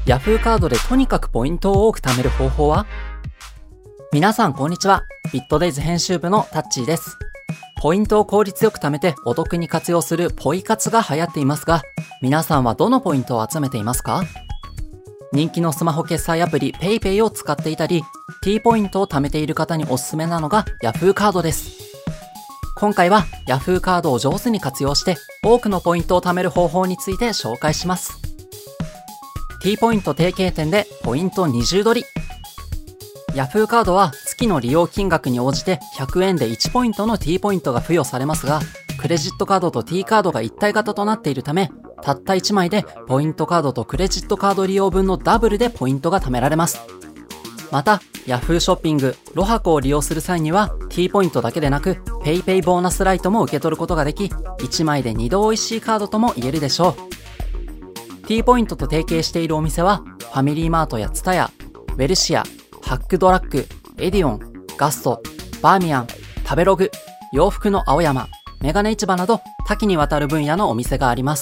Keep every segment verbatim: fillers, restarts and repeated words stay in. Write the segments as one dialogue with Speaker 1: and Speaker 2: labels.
Speaker 1: Yahoo カードでとにかくポイントを多く貯める方法は？皆さんこんにちは。ビットデイズ編集部のタッチーです。ポイントを効率よく貯めてお得に活用するポイ活が流行っていますが、皆さんはどのポイントを集めていますか？人気のスマホ決済アプリ PayPay を使っていたり、T ポイントを貯めている方におすすめなのが Yahoo カードです。今回は Yahoo カードを上手に活用して多くのポイントを貯める方法について紹介します。T ポイント提携店でポイント二重取り。Yahoo カードは月の利用金額に応じてひゃくえんでいちポイントの T ポイントが付与されますが、クレジットカードと T カードが一体型となっているため、たったいちまいでポイントカードとクレジットカード利用分のダブルでポイントが貯められます。また、Yahoo ショッピング、ロハコを利用する際には T ポイントだけでなく PayPay ボーナスライトも受け取ることができ、いちまいでにど美味しいカードとも言えるでしょう。T ポイントと提携しているお店は、ファミリーマートやツタヤ、ウェルシア、ハックドラッグ、エディオン、ガスト、バーミヤン、食べログ、洋服の青山、メガネ市場など多岐にわたる分野のお店があります。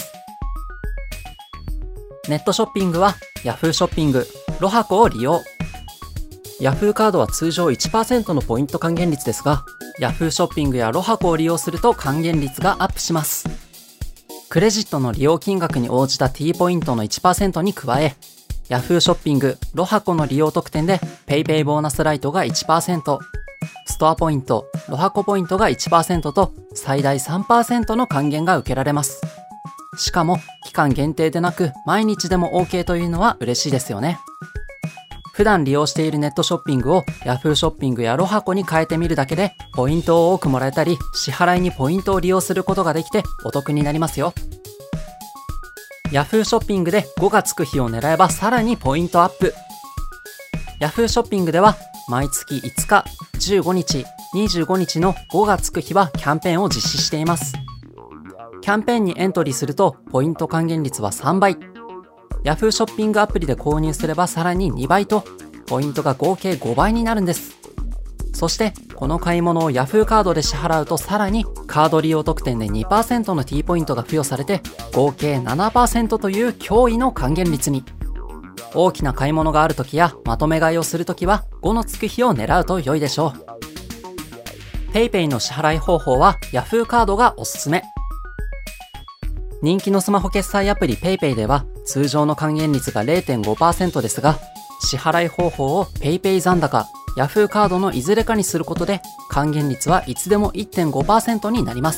Speaker 1: ネットショッピングは Yahoo ショッピング、ロハコを利用。Yahoo カードは通常 いちパーセント のポイント還元率ですが、Yahoo ショッピングやロハコを利用すると還元率がアップします。クレジットの利用金額に応じた T ポイントの いちパーセント に加え、Yahoo ショッピング、ロハコの利用特典で PayPay ボーナスライトが いちパーセント、ストアポイント、ロハコポイントが いちパーセント と最大 さんパーセント の還元が受けられます。しかも期間限定でなく毎日でも OK というのは嬉しいですよね。普段利用しているネットショッピングを Yahoo ショッピングやロハコに変えてみるだけでポイントを多くもらえたり、支払いにポイントを利用することができてお得になりますよ。Yahoo ショッピングでごがつく日を狙えばさらにポイントアップ。Yahoo ショッピングでは毎月いつか、じゅうごにち、にじゅうごにちのごがつく日はキャンペーンを実施しています。キャンペーンにエントリーするとポイント還元率はさんばい。Yahoo ショッピングアプリで購入すればさらににばいと、ポイントが合計ごばいになるんです。そしてこの買い物を Yahoo カードで支払うとさらにカード利用特典で にパーセント の T ポイントが付与されて合計 ななパーセント という驚異の還元率に。大きな買い物があるときやまとめ買いをするときはごのつく日を狙うと良いでしょう。PayPay の支払い方法は Yahoo カードがおすすめ。人気のスマホ決済アプリ PayPay では通常の還元率が れいてんごパーセント ですが、支払い方法を PayPay 残高、Yahoo カードのいずれかにすることで還元率はいつでも いってんごパーセント になります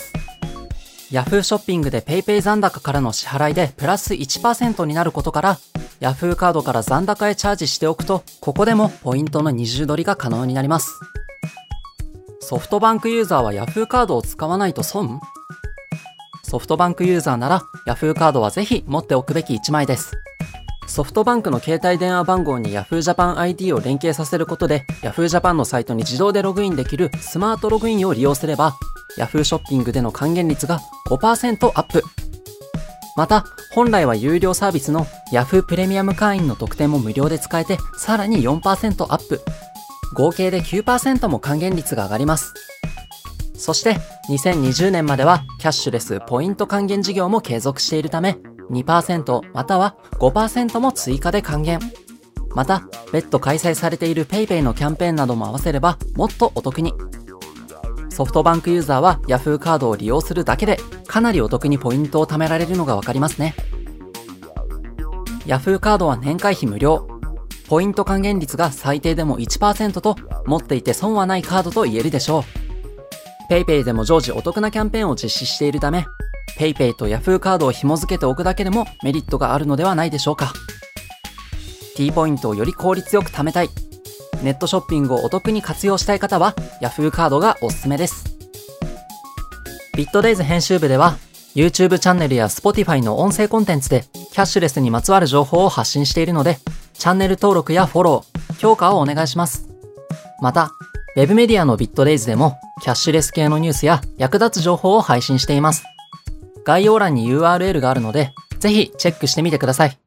Speaker 1: 。Yahoo ショッピングで PayPay 残高からの支払いでプラス いちパーセント になることから、Yahoo カードから残高へチャージしておくと、ここでもポイントの二重取りが可能になります。ソフトバンクユーザーは Yahoo カードを使わないと損？ソフトバンクユーザーなら Yahoo カードはぜひ持っておくべきいちまいです。ソフトバンクの携帯電話番号に Yahoo Japan アイディー を連携させることで Yahoo Japan のサイトに自動でログインできるスマートログインを利用すれば Yahoo ショッピングでの還元率が ごパーセント アップ。また本来は有料サービスの Yahoo プレミアム会員の特典も無料で使えてさらに よんパーセント アップ。合計で きゅうパーセント も還元率が上がります。そしてにせんにじゅうねんまではキャッシュレスポイント還元事業も継続しているため にパーセント または ごパーセント も追加で還元。また別途開催されている PayPay のキャンペーンなども合わせればもっとお得に。ソフトバンクユーザーは Yahoo カードを利用するだけでかなりお得にポイントを貯められるのがわかりますね。Yahoo カードは年会費無料。ポイント還元率が最低でも いちパーセント と持っていて損はないカードと言えるでしょう。PayPay でも常時お得なキャンペーンを実施しているため、PayPay と Yahoo カードを紐付けておくだけでもメリットがあるのではないでしょうか。T ポイントをより効率よく貯めたい。ネットショッピングをお得に活用したい方は Yahoo カードがおすすめです。ビットデイズ編集部では YouTube チャンネルや Spotify の音声コンテンツでキャッシュレスにまつわる情報を発信しているので、チャンネル登録やフォロー、評価をお願いします。また、ウェブメディアのビットデイズでもキャッシュレス系のニュースや役立つ情報を配信しています。概要欄に ユーアールエル があるので、ぜひチェックしてみてください。